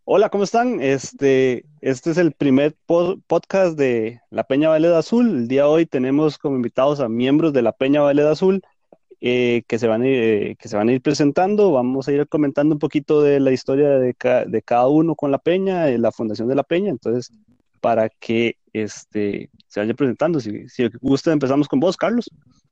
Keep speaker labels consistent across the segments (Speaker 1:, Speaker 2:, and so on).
Speaker 1: Hola, ¿cómo están? Este es el primer podcast de la Peña Valeda Azul. El día de hoy tenemos como invitados a miembros de la Peña Valeda Azul que se van a ir presentando. Vamos a ir comentando un poquito de la historia de cada uno con la Peña, de la fundación de la Peña. Entonces, para que se vaya presentando, si gusta, empezamos con vos, Carlos.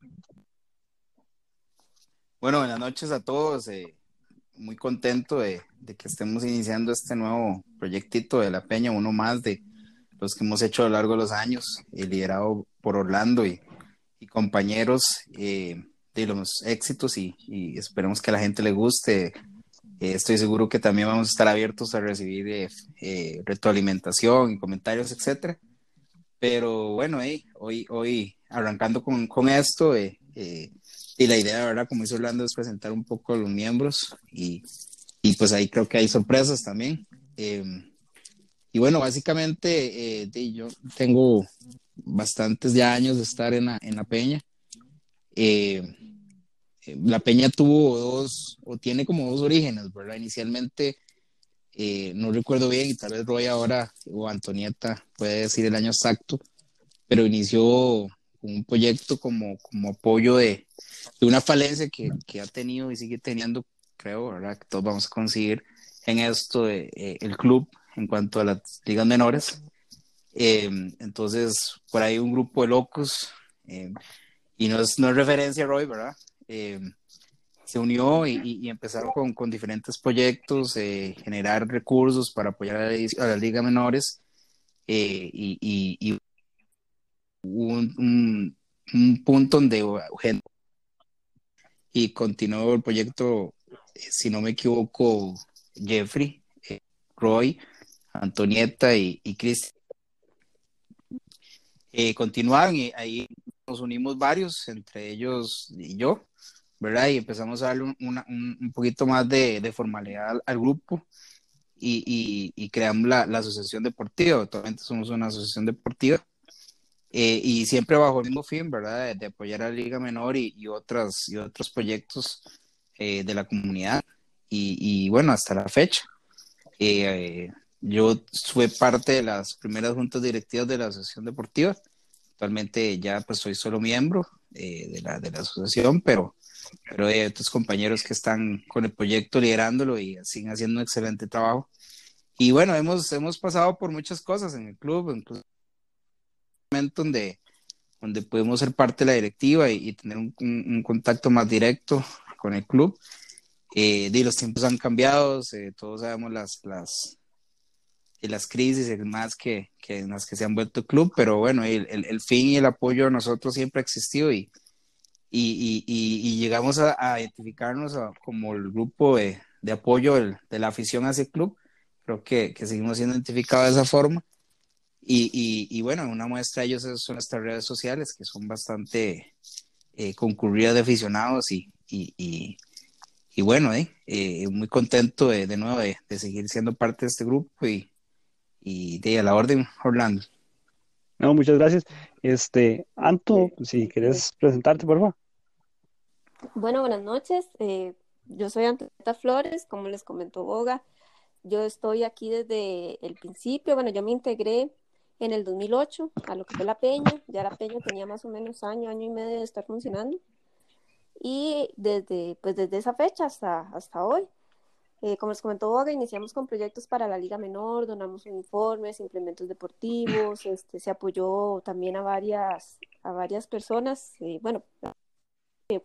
Speaker 2: Bueno, buenas noches a todos. Muy contento de que estemos iniciando este nuevo proyectito de La Peña, uno más de los que hemos hecho a lo largo de los años, liderado por Orlando y compañeros de los éxitos y esperemos que a la gente le guste. Estoy seguro que también vamos a estar abiertos a recibir retroalimentación y comentarios, etcétera. Pero bueno, hoy arrancando con esto, y la idea, ¿verdad? Como hizo Orlando, es presentar un poco a los miembros y pues ahí creo que hay sorpresas también. Eh, y bueno, básicamente yo tengo bastantes ya años de estar en la Peña. Eh, la Peña tuvo dos, o tiene como dos orígenes, ¿verdad? Inicialmente, no recuerdo bien, y tal vez Roy ahora o Antonieta puede decir el año exacto, pero inició un proyecto como apoyo de una falencia que ha tenido y sigue teniendo, creo, ¿verdad? Que todos vamos a conseguir en esto de, el club en cuanto a las ligas menores. Eh, entonces, por ahí un grupo de locos, eh, y no es referencia a Roy, ¿verdad? Eh, Se unió y empezaron con diferentes proyectos, generar recursos para apoyar a las ligas menores, y hubo un punto donde gente y continuó el proyecto, si no me equivoco, Jeffrey, Roy, Antonieta y Chris continuaron y ahí nos unimos varios, entre ellos y yo, ¿verdad? Y empezamos a darle un poquito más de formalidad al grupo y creamos la asociación deportiva. Actualmente somos una asociación deportiva. Y siempre bajo el mismo fin, ¿verdad? De apoyar a la Liga Menor y otros proyectos de la comunidad. Y bueno, hasta la fecha. Eh, yo fui parte de las primeras juntas directivas de la Asociación Deportiva. Actualmente ya pues soy solo miembro de la asociación, pero hay otros compañeros que están con el proyecto liderándolo y siguen haciendo un excelente trabajo. Y bueno, hemos pasado por muchas cosas en el club, incluso un momento donde pudimos ser parte de la directiva y tener un contacto más directo con el club. Los tiempos han cambiado, todos sabemos las crisis y más que en las que se han vuelto el club, pero bueno, el fin y el apoyo a nosotros siempre ha existido y llegamos a identificarnos como el grupo de apoyo de la afición hacia el club. Creo que seguimos siendo identificados de esa forma. Bueno, una muestra de ellos son estas redes sociales que son bastante concurridas de aficionados y bueno, muy contento de nuevo de seguir siendo parte de este grupo y de a la orden, Orlando.
Speaker 1: No, muchas gracias. Anto, si quieres presentarte, por favor.
Speaker 3: Bueno, buenas noches. Yo soy Antonieta Flores, como les comentó Boga. Yo estoy aquí desde el principio. Bueno, yo me integré en el 2008 a lo que fue la Peña. Ya la Peña tenía más o menos año y medio de estar funcionando. Y desde esa fecha hasta hoy, como les comentó Boga, iniciamos con proyectos para la Liga Menor, donamos uniformes, implementos deportivos, se apoyó también a varias personas, bueno, que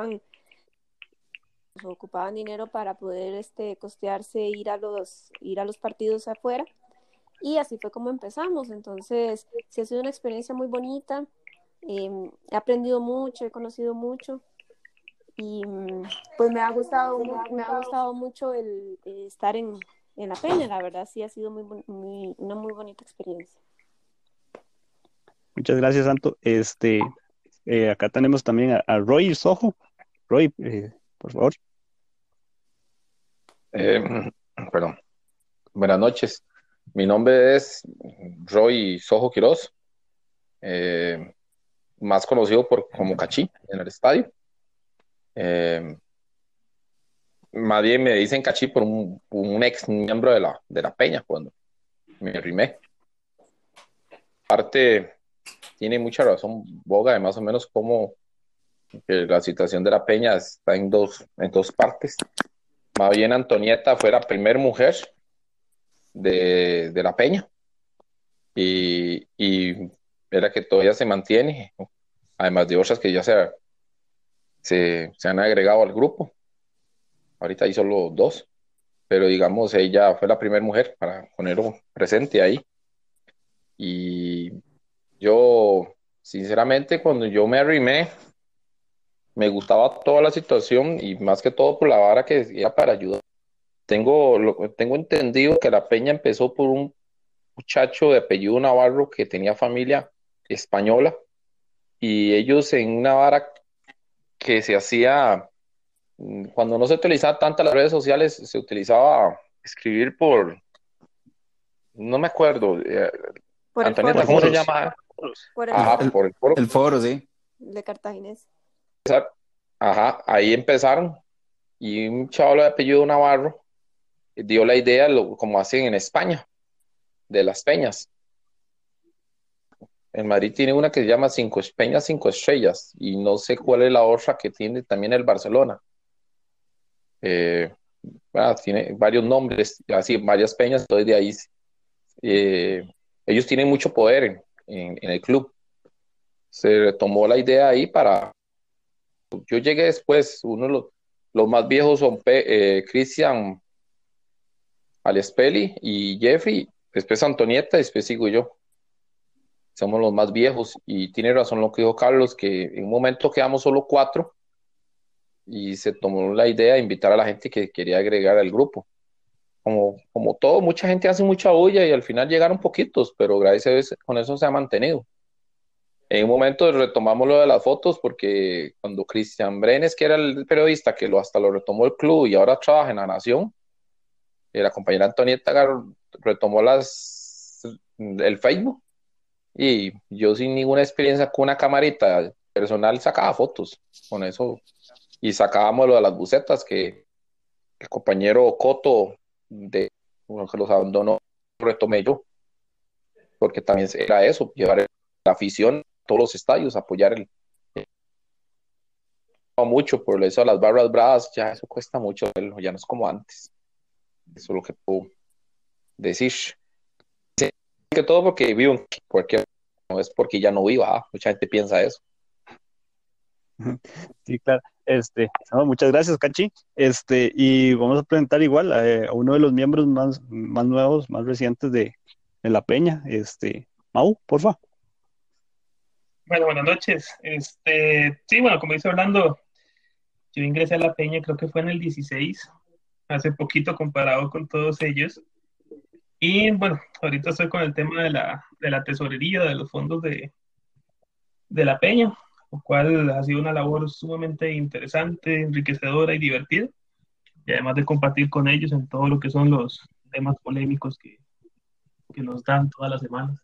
Speaker 3: ocupaban dinero para poder costearse ir a los partidos afuera. Y así fue como empezamos. Entonces, sí ha sido una experiencia muy bonita. He aprendido mucho, he conocido mucho y pues me ha gustado mucho el estar en la Peña. La verdad, sí ha sido una muy bonita experiencia.
Speaker 1: Muchas gracias, Santo. Acá tenemos también a Roy Sojo. Roy, por favor.
Speaker 4: Eh, Perdón. Buenas noches. Mi nombre es Roy Sojo Quiroz, eh, más conocido como Cachí en el estadio. Eh, más bien me dicen Cachí por un ex miembro de la Peña cuando me arrimé. Aparte, tiene mucha razón Boga de más o menos cómo que la situación de la Peña está en dos partes. Más bien Antonieta fue la primera mujer de la Peña y era que todavía se mantiene, ¿no? Además de otras que ya se han agregado al grupo. Ahorita hay solo dos, pero digamos, ella fue la primera mujer para ponerlo presente ahí. Y yo, sinceramente, cuando yo me arrimé, me gustaba toda la situación y más que todo por la vara que era para ayudar. Tengo entendido que la peña empezó por un muchacho de apellido Navarro que tenía familia española y ellos en una vara que se hacía, cuando no se utilizaban tantas las redes sociales, se utilizaba escribir no me acuerdo,
Speaker 3: Por el
Speaker 4: Antonieta,
Speaker 3: foro,
Speaker 1: Por
Speaker 4: ¿cómo se
Speaker 1: foros.
Speaker 4: llama?
Speaker 3: por el
Speaker 4: Ajá,
Speaker 3: foro
Speaker 4: por el foro.
Speaker 2: El foro, sí.
Speaker 3: de Cartaginés.
Speaker 4: Ajá, ahí empezaron y un chaval de apellido Navarro dio la idea, como hacen en España, de las peñas. En Madrid tiene una que se llama Cinco Peñas, Cinco Estrellas, y no sé cuál es la otra que tiene también el Barcelona. Eh, tiene varios nombres, así, varias peñas, entonces de ahí eh, ellos tienen mucho poder en el club. Se tomó la idea ahí para. Yo llegué después, uno de los más viejos son Cristian Alespeli y Jeffrey, después Antonieta, después sigo yo. Somos los más viejos y tiene razón lo que dijo Carlos, que en un momento quedamos solo cuatro y se tomó la idea de invitar a la gente que quería agregar al grupo. Como todo, mucha gente hace mucha bulla y al final llegaron poquitos, pero gracias a Dios con eso se ha mantenido. En un momento retomamos lo de las fotos porque cuando Cristian Brenes, que era el periodista que hasta lo retomó el club y ahora trabaja en La Nación, la compañera Antonieta retomó el Facebook y yo sin ninguna experiencia con una camarita personal sacaba fotos con eso y sacábamos lo de las bucetas que el compañero Coto de uno que los abandonó retomé yo porque también era eso, llevar la afición a todos los estadios, apoyar mucho por eso las barras bravas, ya eso cuesta mucho, ya no es como antes. Eso es lo que puedo decir. Que todo porque vivo porque no es porque ya no viva, mucha gente piensa eso.
Speaker 1: Sí, claro. Muchas gracias, Cachi. Y vamos a presentar igual a uno de los miembros más nuevos, más recientes de la Peña, Mau, porfa.
Speaker 5: Bueno, buenas noches. Sí, bueno, como dice Orlando, yo ingresé a la Peña, creo que fue en el 16, hace poquito comparado con todos ellos. Y bueno, ahorita estoy con el tema de la tesorería, de los fondos de la Peña, lo cual ha sido una labor sumamente interesante, enriquecedora y divertida. Y además de compartir con ellos en todo lo que son los temas polémicos que nos dan todas las semanas.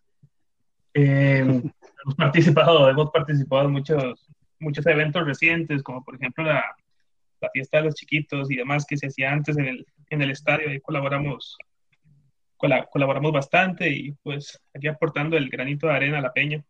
Speaker 5: Hemos participado en muchos eventos recientes, como por ejemplo la fiesta de los chiquitos y demás que se hacía antes en el estadio. Ahí colaboramos bastante y pues aquí aportando el granito de arena a la Peña.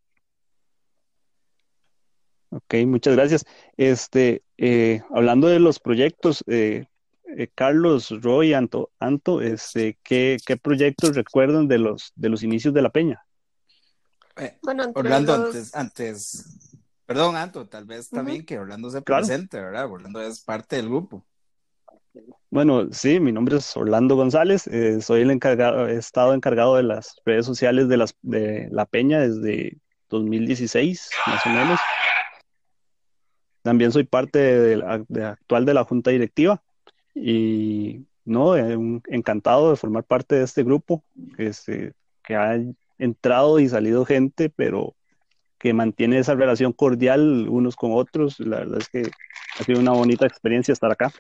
Speaker 1: Ok, muchas gracias. Hablando de los proyectos, Carlos, Roy, Anto, ¿qué proyectos recuerdan de los inicios de la Peña?
Speaker 3: Bueno, entre
Speaker 2: Orlando,
Speaker 3: los...
Speaker 2: perdón, Anto, tal vez
Speaker 3: Ujú.
Speaker 2: también que Orlando se
Speaker 1: Claro.
Speaker 2: presente, ¿verdad? Orlando es parte del grupo.
Speaker 1: Bueno, sí, mi nombre es Orlando González, soy el encargado, he estado encargado de las redes sociales de la Peña desde 2016, más o menos. También soy parte actual de la junta directiva y no, encantado de formar parte de este grupo, que ha entrado y salido gente, pero que mantiene esa relación cordial unos con otros. La verdad es que ha sido una bonita experiencia estar acá.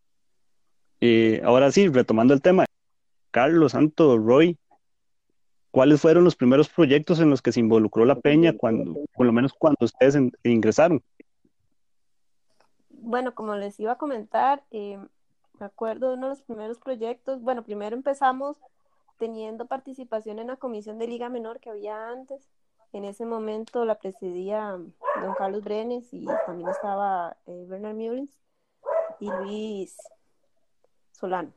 Speaker 1: Ahora sí, retomando el tema, Carlos, Santo, Roy, ¿cuáles fueron los primeros proyectos en los que se involucró la Peña cuando, por lo menos cuando ustedes ingresaron?
Speaker 3: Bueno, como les iba a comentar, me acuerdo de uno de los primeros proyectos. Bueno, primero empezamos teniendo participación en la comisión de Liga Menor que había antes. En ese momento la presidía don Carlos Brenes y también estaba Bernard Mullins y Luis Solano,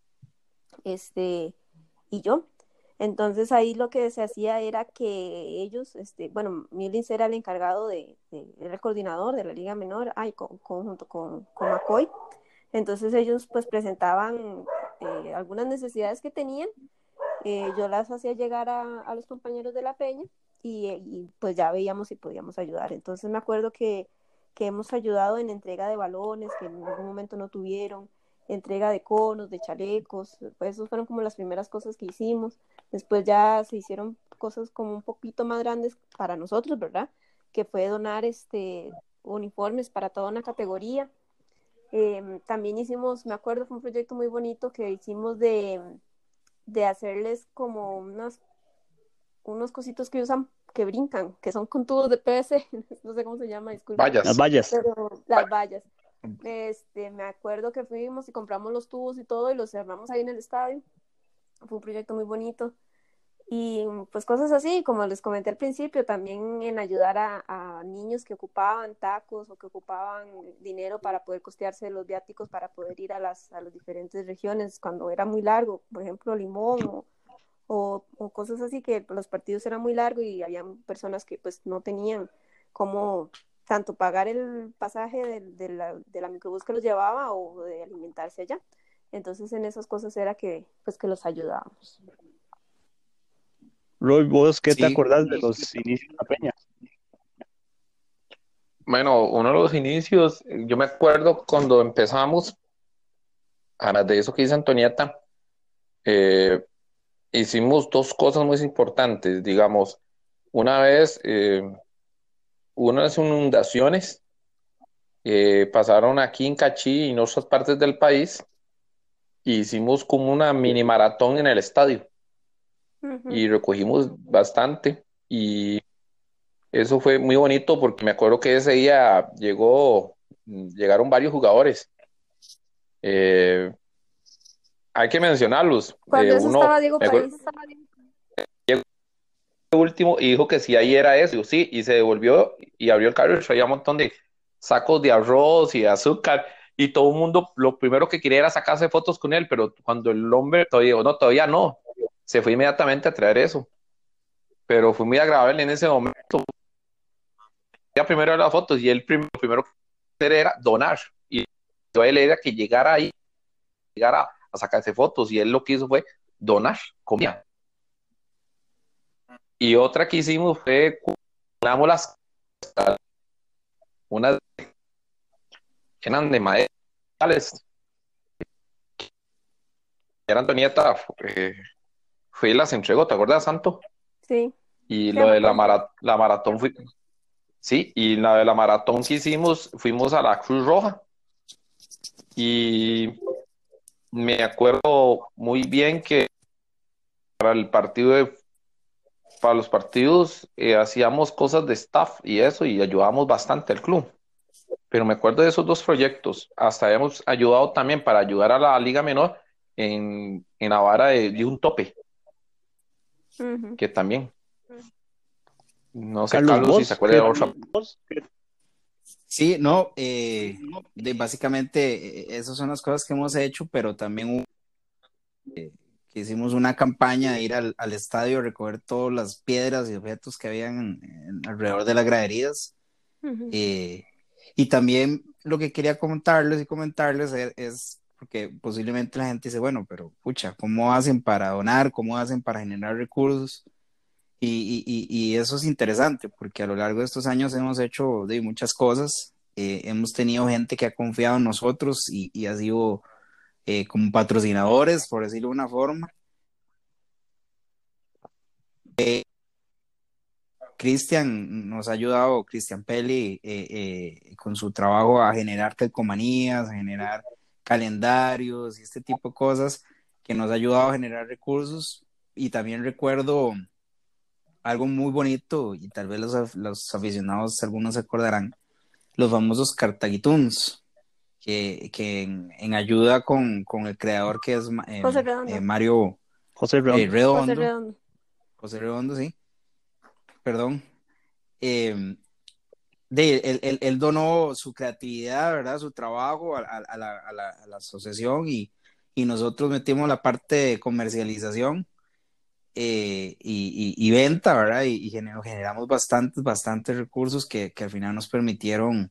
Speaker 3: y yo. Entonces ahí lo que se hacía era que ellos, bueno, Mullins era el encargado era el coordinador de la Liga Menor, junto con McCoy. Entonces ellos pues presentaban algunas necesidades que tenían, yo las hacía llegar a los compañeros de la Peña y pues ya veíamos si podíamos ayudar. Entonces me acuerdo que hemos ayudado en entrega de balones que en algún momento no tuvieron, entrega de conos, de chalecos, pues esas fueron como las primeras cosas que hicimos. Después ya se hicieron cosas como un poquito más grandes para nosotros, ¿verdad? Que fue donar uniformes para toda una categoría. También hicimos, me acuerdo, fue un proyecto muy bonito que hicimos de hacerles como unos cositos que usan, que brincan, que son con tubos de PVC, no sé cómo se llama, disculpen.
Speaker 1: Las
Speaker 4: Vallas.
Speaker 1: vallas.
Speaker 3: Pero las vallas. Me acuerdo que fuimos y compramos los tubos y todo y los cerramos ahí en el estadio. Fue un proyecto muy bonito. Y pues cosas así, como les comenté al principio, también en ayudar a niños que ocupaban tacos o que ocupaban dinero para poder costearse los viáticos para poder ir a las diferentes regiones cuando era muy largo, por ejemplo, Limón o cosas así, que los partidos eran muy largos y habían personas que pues no tenían cómo tanto pagar el pasaje de la microbús que los llevaba o de alimentarse allá. Entonces en esas cosas era que los ayudábamos.
Speaker 1: Roy, ¿vos qué te
Speaker 2: Sí,
Speaker 1: acordás de los inicios de la Peña?
Speaker 4: Bueno, uno de los inicios, yo me acuerdo cuando empezamos, además de eso que dice Antonieta, eh, hicimos dos cosas muy importantes, digamos, una vez, unas inundaciones pasaron aquí en Cachi y en otras partes del país, y hicimos como una mini maratón en el estadio,
Speaker 3: Uh-huh.
Speaker 4: y recogimos bastante, y eso fue muy bonito porque me acuerdo que ese día llegaron varios jugadores. Eh, Hay que mencionarlos.
Speaker 3: Cuando eso
Speaker 4: Uno,
Speaker 3: estaba Diego
Speaker 4: me acuerdo,
Speaker 3: País.
Speaker 4: llegó el último y dijo que sí, ahí era eso. Yo, sí, y se devolvió y abrió el carro y traía un montón de sacos de arroz y de azúcar. Y todo el mundo, lo primero que quería era sacarse fotos con él, pero cuando el hombre todavía no, se fue inmediatamente a traer eso. Pero fue muy agradable en ese momento. Ya primero las fotos y él primero que hacer era donar. Y yo a él era que llegara ahí, llegara a sacarse fotos. Y él lo que hizo fue donar comida. Y otra que hicimos fue donamos unas que eran de madera, era Antonieta, fue y las entregó, ¿te acuerdas, Santo?
Speaker 3: Sí,
Speaker 4: Y
Speaker 3: sí,
Speaker 4: lo
Speaker 3: me
Speaker 4: de
Speaker 3: acuerdo.
Speaker 4: la maratón fue, sí, y la de la maratón que hicimos, fuimos a la Cruz Roja y me acuerdo muy bien que para el partido para los partidos hacíamos cosas de staff y eso y ayudábamos bastante al club. Pero me acuerdo de esos dos proyectos. Hasta hemos ayudado también para ayudar a la Liga Menor en la vara de un tope,
Speaker 3: Uh-huh.
Speaker 4: que también, no sé,
Speaker 1: Carlos,
Speaker 4: Carlos, si se
Speaker 1: ¿vos
Speaker 4: acuerda de
Speaker 1: qué?
Speaker 4: otra.
Speaker 2: sí, no, básicamente esas son las cosas que hemos hecho, pero también que hicimos una campaña de ir al estadio a recoger todas las piedras y objetos que habían alrededor de las graderías.
Speaker 3: Uh-huh.
Speaker 2: Eh, y también lo que quería comentarles es, porque posiblemente la gente dice, bueno, pero pucha, ¿cómo hacen para donar? ¿Cómo hacen para generar recursos? Y eso es interesante, porque a lo largo de estos años hemos hecho muchas cosas, hemos tenido gente que ha confiado en nosotros y ha sido como patrocinadores, por decirlo de una forma. Cristian nos ha ayudado, Cristian Pelli, con su trabajo a generar calcomanías, a generar calendarios y este tipo de cosas que nos ha ayudado a generar recursos y también recuerdo algo muy bonito, y tal vez los aficionados, algunos se acordarán, los famosos Cartaguituns, que en ayuda con el creador que es
Speaker 3: José Redondo.
Speaker 2: Mario
Speaker 1: José Redondo.
Speaker 3: José
Speaker 2: Redondo,
Speaker 3: Redondo.
Speaker 2: José Redondo, sí, perdón. eh, él donó su creatividad, ¿verdad? Su trabajo a la asociación, y nosotros metimos la parte de comercialización, y venta, ¿verdad? Y generamos bastantes recursos que al final nos permitieron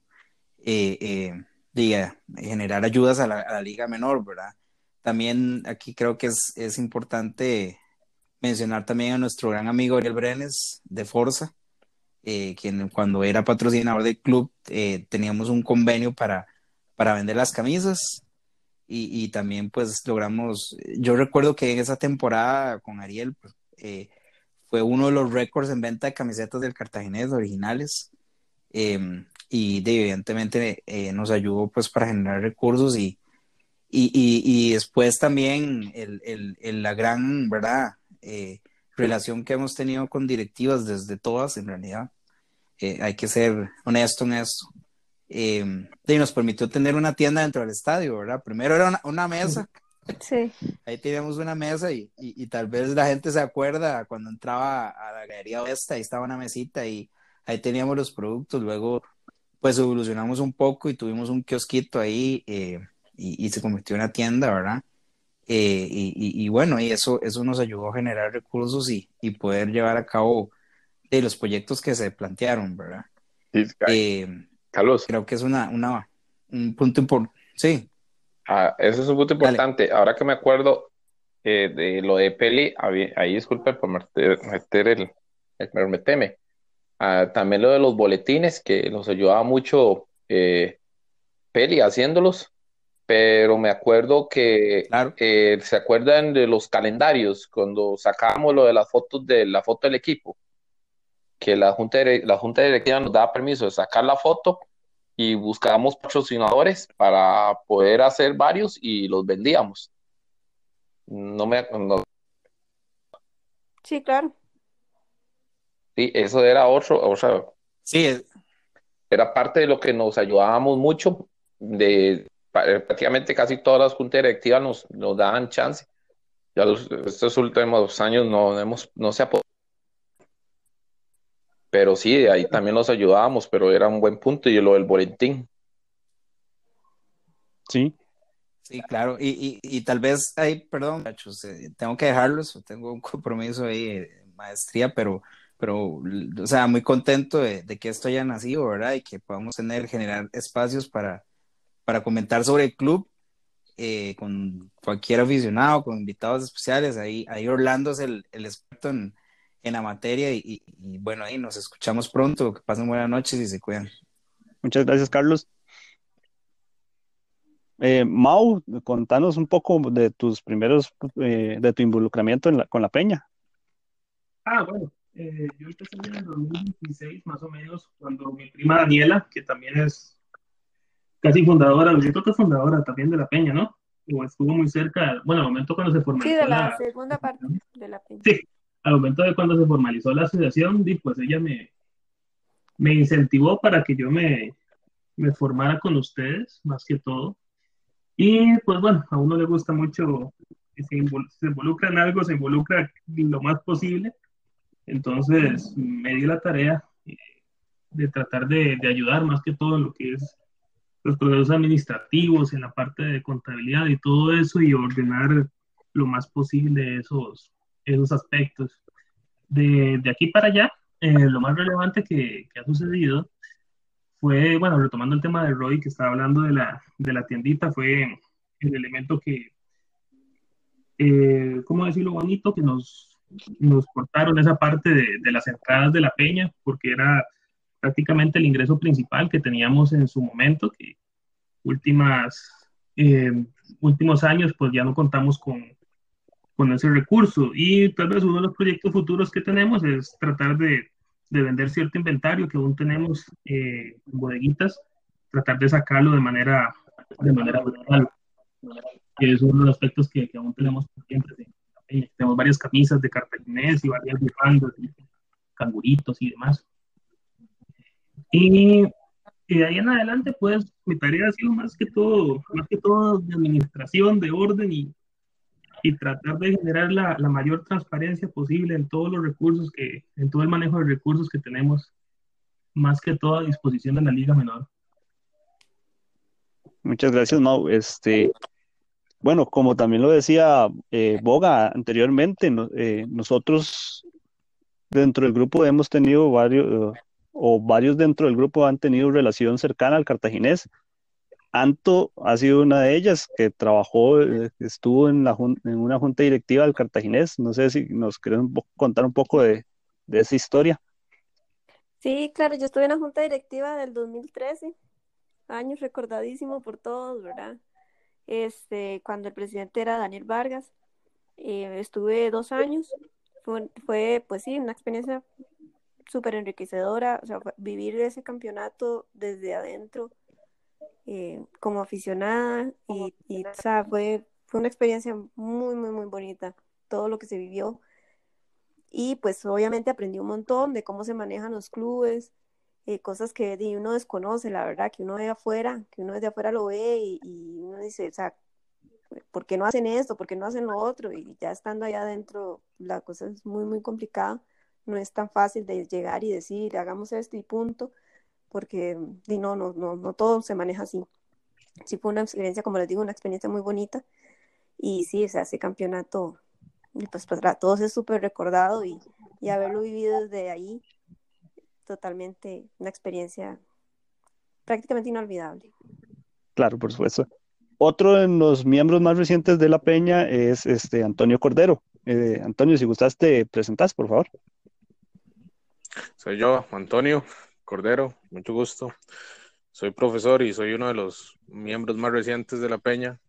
Speaker 2: generar ayudas a la liga menor, ¿verdad? También aquí creo que es importante mencionar también a nuestro gran amigo Ariel Brenes de Forza, quien cuando era patrocinador del club teníamos un convenio para vender las camisas, y también pues logramos, yo recuerdo que en esa temporada con Ariel pues, fue uno de los récords en venta de camisetas del Cartaginés originales, evidentemente nos ayudó pues para generar recursos, y después también la gran, ¿verdad? Relación que hemos tenido con directivas desde todas, en realidad, hay que ser honesto en eso. Y nos permitió tener una tienda dentro del estadio, ¿verdad? Primero era una mesa,
Speaker 3: Sí.
Speaker 2: ahí teníamos una mesa, y tal vez la gente se acuerda cuando entraba a la Galería Oeste, ahí estaba una mesita y ahí teníamos los productos. Luego pues evolucionamos un poco y tuvimos un kiosquito ahí, y se convirtió en una tienda, ¿verdad? Y bueno, y eso nos ayudó a generar recursos y poder llevar a cabo los proyectos que se plantearon, ¿verdad?
Speaker 4: Sí, Carlos,
Speaker 2: Creo que es un punto importante. Sí,
Speaker 4: eso es un punto
Speaker 2: dale.
Speaker 4: importante. Ahora que me acuerdo de lo de Peli, ahí disculpe por meter meterme. También lo de los boletines, que nos ayudaba mucho Peli haciéndolos, pero me acuerdo que
Speaker 2: Claro,
Speaker 4: ¿se acuerdan de los calendarios cuando sacábamos lo de las fotos de la foto del equipo? Que la junta directiva nos daba permiso de sacar la foto y buscábamos patrocinadores para poder hacer varios y los vendíamos. No,
Speaker 3: Sí, claro.
Speaker 4: sí, eso era o sea,
Speaker 2: sí,
Speaker 4: era parte de lo que nos ayudábamos mucho, prácticamente casi todas las juntas directivas nos daban chance. Ya estos últimos años no se ha podido, pero sí, ahí también los ayudábamos, pero era un buen punto, y lo del boletín.
Speaker 1: Sí,
Speaker 2: sí, claro. Y tal vez ahí, perdón, muchachos, tengo que dejarlos, tengo un compromiso ahí, maestría, o sea, muy contento de que esto haya nacido, ¿verdad? Y que podamos generar espacios para comentar sobre el club, con cualquier aficionado, con invitados especiales. Ahí Orlando es el experto en la materia, y bueno, ahí nos escuchamos pronto. Que pasen buenas noches y se cuidan.
Speaker 1: muchas gracias, Carlos. Mau, contanos un poco de tus primeros, de tu involucramiento con la peña.
Speaker 5: Bueno, yo empecé en el 2016 más o menos, cuando mi prima Daniela, que también es casi fundadora, yo creo que es fundadora también de la Peña, ¿no? O estuvo muy cerca, bueno, al momento cuando se
Speaker 3: Sí, de
Speaker 5: formalizó
Speaker 3: la
Speaker 5: la...
Speaker 3: segunda parte de la peña.
Speaker 5: Sí, al momento de cuando se formalizó la asociación, pues ella me incentivó para que yo me formara con ustedes, más que todo. Y pues bueno, a uno le gusta mucho que se involucra en algo, se involucra lo más posible. Entonces me di la tarea de tratar de ayudar más que todo en lo que es los procesos administrativos, en la parte de contabilidad y todo eso, y ordenar lo más posible esos aspectos. De aquí para allá, lo más relevante que ha sucedido fue, bueno, retomando el tema de Roy, que estaba hablando de la tiendita, fue el elemento que, ¿cómo decirlo bonito? Que nos cortaron esa parte de las entradas de la peña, porque era prácticamente el ingreso principal que teníamos en su momento, que últimas, eh, últimos años pues ya no contamos con ese recurso, y tal vez uno de los proyectos futuros que tenemos es tratar de vender cierto inventario que aún tenemos en bodeguitas, tratar de sacarlo de manera virtual, que es uno de los aspectos que aún tenemos pendientes. Tenemos varias camisas de cartaginés y varias bufandas y canguritos y demás. Y de ahí en adelante, pues, mi tarea ha sido más que todo de administración, de orden y tratar de generar la mayor transparencia posible en todos los recursos en todo el manejo de recursos que tenemos, más que todo a disposición de la Liga Menor.
Speaker 1: Muchas gracias, Mau. Bueno, como también lo decía Boga anteriormente, nosotros dentro del grupo hemos tenido varios dentro del grupo han tenido relación cercana al cartaginés. Anto ha sido una de ellas que trabajó, estuvo en una junta directiva del cartaginés. No sé si nos quieren contar un poco de esa historia.
Speaker 3: Sí, claro, yo estuve en la junta directiva del 2013, años recordadísimo por todos, ¿verdad? Cuando el presidente era Daniel Vargas, estuve 2 años, pues sí, una experiencia súper enriquecedora, o sea, vivir ese campeonato desde adentro como aficionada o sea, fue una experiencia muy, muy, muy bonita, todo lo que se vivió. Y pues obviamente aprendí un montón de cómo se manejan los clubes, cosas que uno desconoce, la verdad, que uno ve afuera, que uno desde afuera lo ve y uno dice, o sea, ¿por qué no hacen esto? ¿Por qué no hacen lo otro? Y ya estando allá adentro, la cosa es muy, muy complicada. No es tan fácil de llegar y decir, hagamos esto y punto, porque no todo se maneja así. Sí fue una experiencia, como les digo, una experiencia muy bonita. Y sí, o sea, ese campeonato, y pues para todos es súper recordado y haberlo vivido desde ahí, totalmente una experiencia prácticamente inolvidable.
Speaker 1: Claro, por supuesto. Otro de los miembros más recientes de la Peña es Antonio Cordero. Antonio, si gustas, te presentás, por favor.
Speaker 6: Soy yo, Antonio Cordero, mucho gusto. Soy profesor y soy uno de los miembros más recientes de la Peña.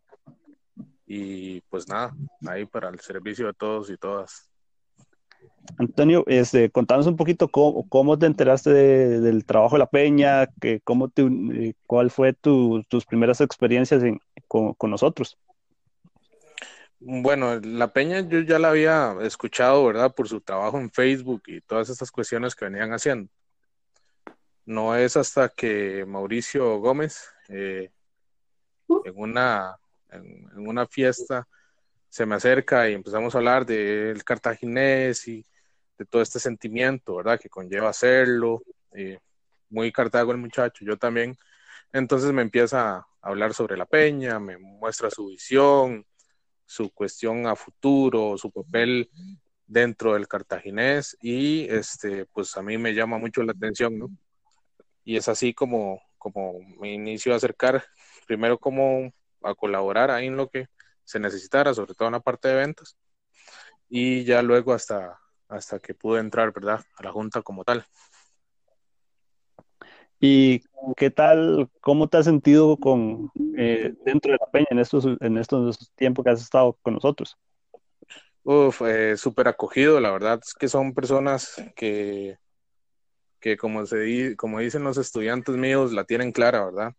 Speaker 6: Y pues nada, ahí para el servicio de todos y todas.
Speaker 1: Antonio, contanos un poquito cómo te enteraste del trabajo de la Peña, cuál fue tus primeras experiencias con nosotros.
Speaker 6: Bueno, la Peña yo ya la había escuchado, ¿verdad? Por su trabajo en Facebook y todas estas cuestiones que venían haciendo. No es hasta que Mauricio Gómez, en una fiesta, se me acerca y empezamos a hablar del cartaginés y de todo este sentimiento, ¿verdad? Que conlleva hacerlo. Muy Cartago el muchacho, yo también. Entonces me empieza a hablar sobre la Peña, me muestra su visión, su cuestión a futuro, su papel dentro del cartaginés y pues a mí me llama mucho la atención, ¿no? Y es así como me inicio a acercar, primero como a colaborar ahí en lo que se necesitara, sobre todo en la parte de ventas, y ya luego hasta que pude entrar, ¿verdad?, a la junta como tal.
Speaker 1: ¿Y qué tal, cómo te has sentido dentro de la Peña en estos tiempos que has estado con nosotros?
Speaker 6: Súper acogido, la verdad es que son personas que como dicen los estudiantes míos, la tienen clara, ¿verdad?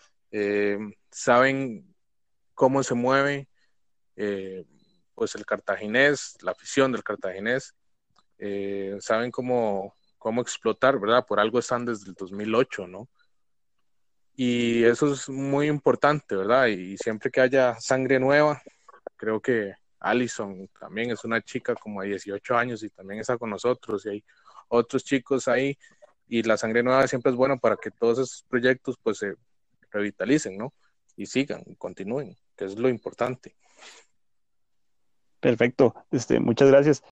Speaker 6: Saben cómo se mueve pues el cartaginés, la afición del cartaginés, saben cómo explotar, ¿verdad? Por algo están desde el 2008, ¿no? Y eso es muy importante, ¿verdad? Y siempre que haya sangre nueva, creo que Alison también es una chica como de 18 años y también está con nosotros y hay otros chicos ahí y la sangre nueva siempre es buena para que todos esos proyectos pues se revitalicen, ¿no? Y sigan, continúen, que es lo importante.
Speaker 1: Perfecto, muchas gracias.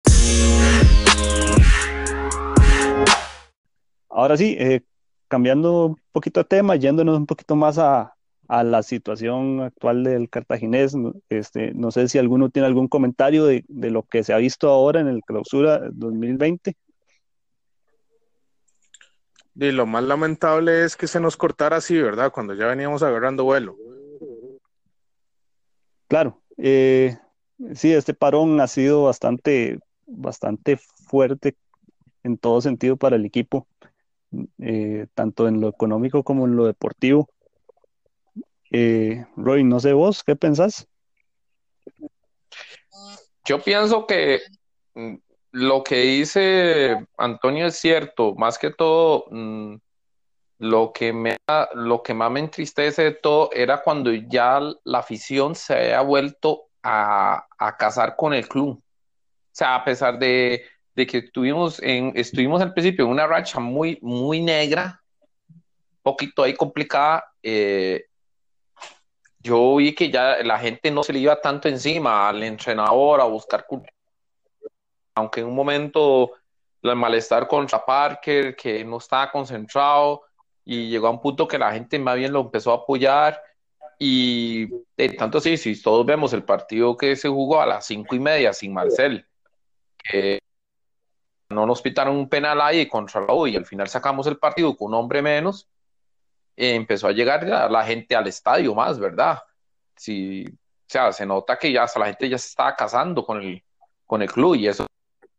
Speaker 1: Ahora sí, cambiando un poquito de tema, yéndonos un poquito más a la situación actual del cartaginés, ¿no? No sé si alguno tiene algún comentario de lo que se ha visto ahora en el clausura 2020.
Speaker 6: Y lo más lamentable es que se nos cortara así, ¿verdad? Cuando ya veníamos agarrando vuelo.
Speaker 1: Claro, sí, este parón ha sido bastante fuerte en todo sentido para el equipo, tanto en lo económico como en lo deportivo. Roy, no sé vos, ¿qué pensás?
Speaker 4: Yo pienso que mm, lo que dice Antonio es cierto, más que todo, lo que más me entristece de todo era cuando ya la afición se había vuelto a casar con el club. O sea, a pesar de que estuvimos al principio en una racha muy, muy negra, poquito ahí complicada, yo vi que ya la gente no se le iba tanto encima al entrenador a buscar cultura, aunque en un momento el malestar contra Parker, que no estaba concentrado, y llegó a un punto que la gente más bien lo empezó a apoyar. Y tanto sí, si todos vemos el partido que se jugó a las 5:30 sin Marcel, no nos pitaron un penal ahí contra la U y al final sacamos el partido con un hombre menos, empezó a llegar la gente al estadio más, ¿verdad? Sí, o sea, se nota que ya hasta la gente ya se estaba casando con el club y eso,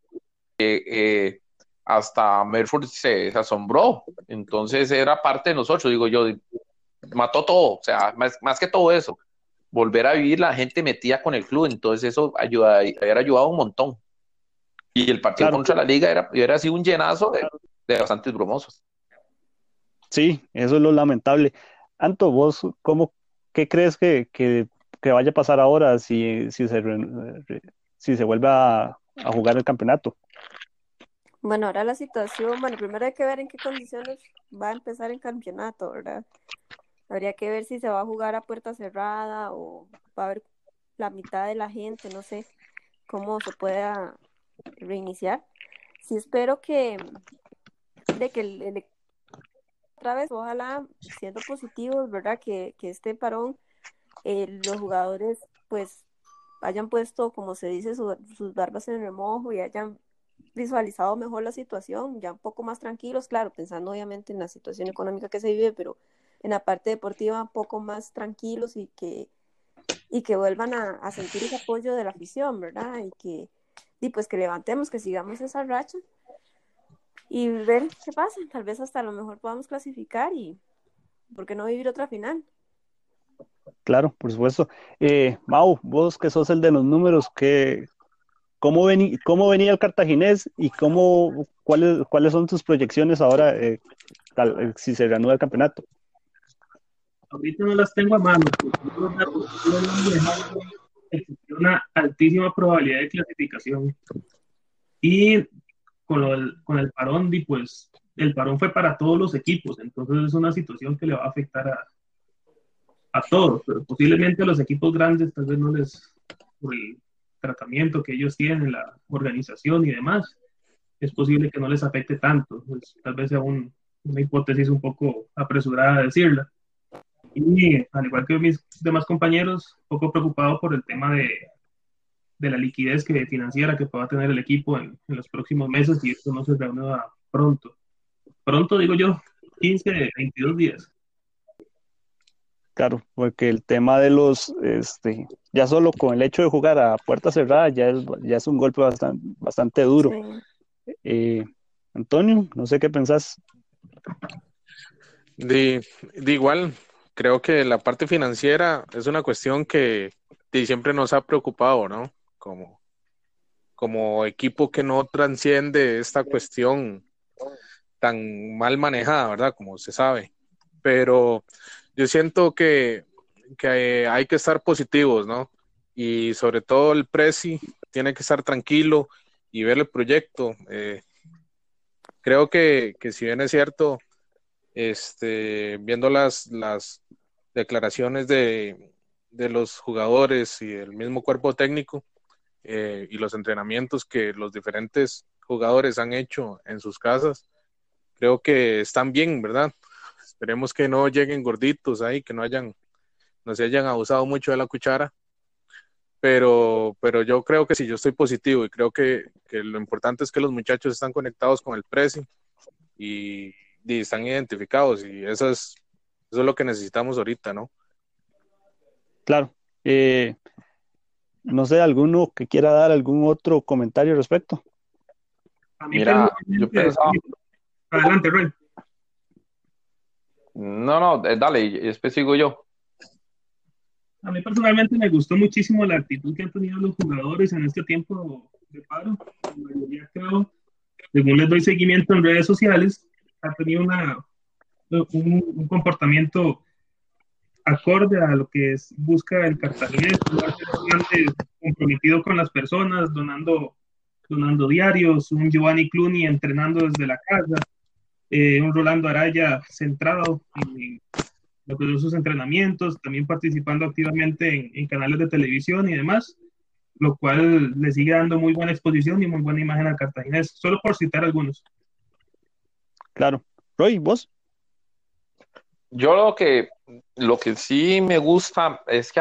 Speaker 4: hasta Merford se asombró. Entonces era parte de nosotros, digo yo, mató todo, o sea, más que todo eso, volver a vivir la gente metida con el club, entonces eso hubiera ayudado un montón. Y el partido
Speaker 1: Claro,
Speaker 4: contra la Liga hubiera sido un llenazo de bastantes bromosos.
Speaker 1: sí, eso es lo lamentable. Anto, vos, qué crees que vaya a pasar ahora si se vuelve a jugar el campeonato?
Speaker 3: Bueno, ahora la situación, bueno, primero hay que ver en qué condiciones va a empezar el campeonato, ¿verdad? Habría que ver si se va a jugar a puerta cerrada o va a haber la mitad de la gente, no sé cómo se pueda reiniciar. Sí espero que otra vez, ojalá siendo positivos, ¿verdad? Que este parón, los jugadores pues hayan puesto, como se dice, sus barbas en remojo y hayan visualizado mejor la situación, ya un poco más tranquilos, claro, pensando obviamente en la situación económica que se vive, pero en la parte deportiva un poco más tranquilos y que vuelvan a sentir ese apoyo de la afición, ¿verdad? Y pues que levantemos, que sigamos esa racha y ver qué pasa. Tal vez hasta a lo mejor podamos clasificar y ¿por qué no vivir otra final?
Speaker 1: Claro, por supuesto. Mau, vos que sos el de los números, cómo venía el cartaginés y cuáles son tus proyecciones ahora si se reanuda el campeonato?
Speaker 5: Ahorita no las tengo a mano, pero los datos que estoy manejando, existe una altísima probabilidad de clasificación. Y con el parón, pues el parón fue para todos los equipos, entonces es una situación que le va a afectar a todos, pero posiblemente a los equipos grandes tal vez no les, por el tratamiento que ellos tienen, la organización y demás, es posible que no les afecte tanto, pues, tal vez sea una hipótesis un poco apresurada de decirla. Y al igual que mis demás compañeros, un poco preocupado por el tema de la liquidez financiera que pueda tener el equipo en los próximos meses y esto no se reanuda pronto. Pronto digo yo, 15, 22 días.
Speaker 1: Claro, porque el tema ya solo con el hecho de jugar a puerta cerrada ya es un golpe bastante duro.
Speaker 3: Sí.
Speaker 1: Eh, Antonio, no sé qué pensás.
Speaker 6: De igual, creo que la parte financiera es una cuestión que siempre nos ha preocupado, ¿no? Como equipo que no transciende esta cuestión tan mal manejada, ¿verdad? Como se sabe. Pero yo siento que hay que estar positivos, ¿no? Y sobre todo el Prezi tiene que estar tranquilo y ver el proyecto. Creo que si bien es cierto, viendo las declaraciones de los jugadores y el mismo cuerpo técnico y los entrenamientos que los diferentes jugadores han hecho en sus casas, creo que están bien, ¿verdad? Esperemos que no lleguen gorditos ahí, que no se hayan abusado mucho de la cuchara, pero yo creo que sí, yo estoy positivo y creo que lo importante es que los muchachos están conectados con el Prezi y están identificados y eso es lo que necesitamos ahorita, ¿no?
Speaker 1: Claro. No sé, alguno que quiera dar algún otro comentario al respecto.
Speaker 5: A mí
Speaker 4: Mira, yo
Speaker 5: personalmente,
Speaker 4: pensaba,
Speaker 5: adelante, Roy.
Speaker 4: no, dale, y después sigo yo.
Speaker 5: A mí personalmente me gustó muchísimo la actitud que han tenido los jugadores en este tiempo de paro. La mayoría, creo, según les doy seguimiento en redes sociales, ha tenido un comportamiento acorde a lo que busca el cartaginés, bastante comprometido con las personas, donando diarios, un Giovanni Cluny entrenando desde la casa, un Rolando Araya centrado en lo que son sus entrenamientos, también participando activamente en canales de televisión y demás, lo cual le sigue dando muy buena exposición y muy buena imagen al cartaginés, solo por citar algunos.
Speaker 1: Claro. Roy, ¿vos?
Speaker 4: Yo lo que sí me gusta es que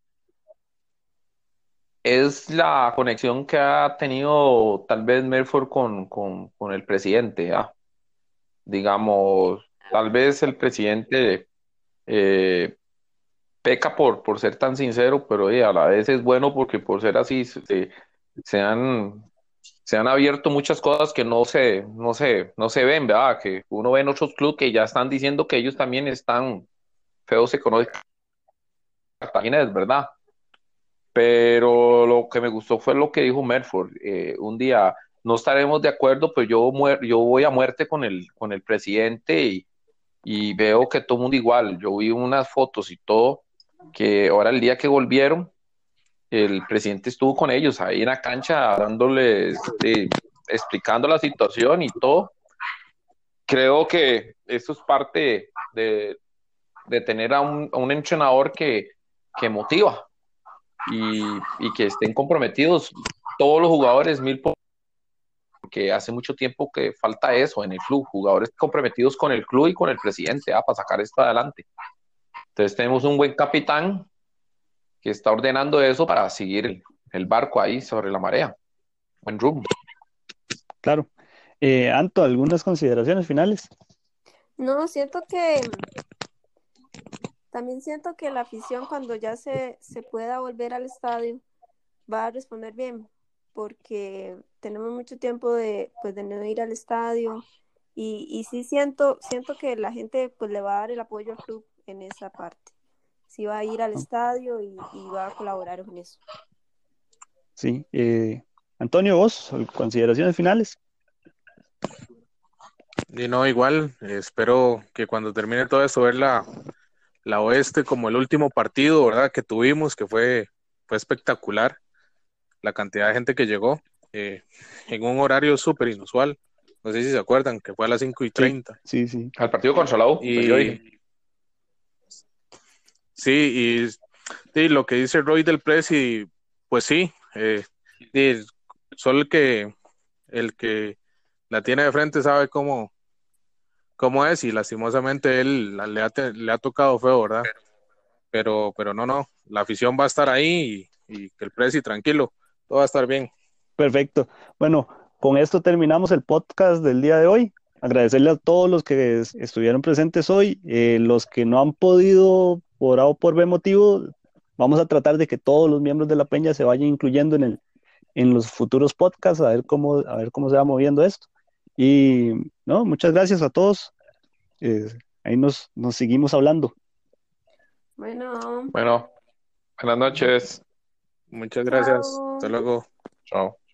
Speaker 4: es la conexión que ha tenido tal vez Melford con el presidente, ¿ah? Digamos, tal vez el presidente eh, peca por ser tan sincero, pero a la vez es bueno porque por ser así se han, se han abierto muchas cosas que no se ven, ¿verdad? Que uno ve en otros clubes que ya están diciendo que ellos también están feos económicamente, Cartagena es verdad. Pero lo que me gustó fue lo que dijo Medford. Un día no estaremos de acuerdo, pues yo voy a muerte con el presidente y veo que todo el mundo igual. Yo vi unas fotos y todo, que ahora el día que volvieron, el presidente estuvo con ellos ahí en la cancha dándoles, explicando la situación y todo. Creo que eso es parte de tener a un entrenador que motiva y que estén comprometidos todos los jugadores, porque hace mucho tiempo que falta eso en el club, jugadores comprometidos con el club y con el presidente para sacar esto adelante. Entonces tenemos un buen capitán que está ordenando eso para seguir el barco ahí sobre la marea. Buen rumbo.
Speaker 1: Claro. Anto, ¿algunas consideraciones finales?
Speaker 3: No, también siento que la afición cuando ya se pueda volver al estadio va a responder bien, porque tenemos mucho tiempo pues, de no ir al estadio y sí siento que la gente pues le va a dar el apoyo al club en esa parte. Sí va a ir al estadio y va a colaborar con eso.
Speaker 1: Sí. Antonio, vos, consideraciones finales.
Speaker 6: Y no, igual, espero que cuando termine todo esto, ver la Oeste como el último partido, ¿verdad? Que tuvimos, fue espectacular la cantidad de gente que llegó en un horario súper inusual. No sé si se acuerdan, que fue a las 5:30.
Speaker 1: Sí.
Speaker 4: Al partido contra la U, yo dije.
Speaker 6: Sí, y lo que dice Roy del Presi, pues sí, solo el que la tiene de frente sabe cómo es, y lastimosamente él le ha tocado feo, ¿verdad? Pero no, la afición va a estar ahí y que el Presi tranquilo, todo va a estar bien.
Speaker 1: Perfecto. Bueno, con esto terminamos el podcast del día de hoy. Agradecerle a todos los que estuvieron presentes hoy, los que no han podido por A o por B motivo, vamos a tratar de que todos los miembros de la Peña se vayan incluyendo en los futuros podcasts, a ver cómo se va moviendo esto. Y no, muchas gracias a todos. Ahí nos seguimos hablando.
Speaker 3: Bueno,
Speaker 4: Bueno, buenas noches.
Speaker 6: Muchas gracias.
Speaker 3: chao.
Speaker 6: Hasta luego.
Speaker 4: Chao.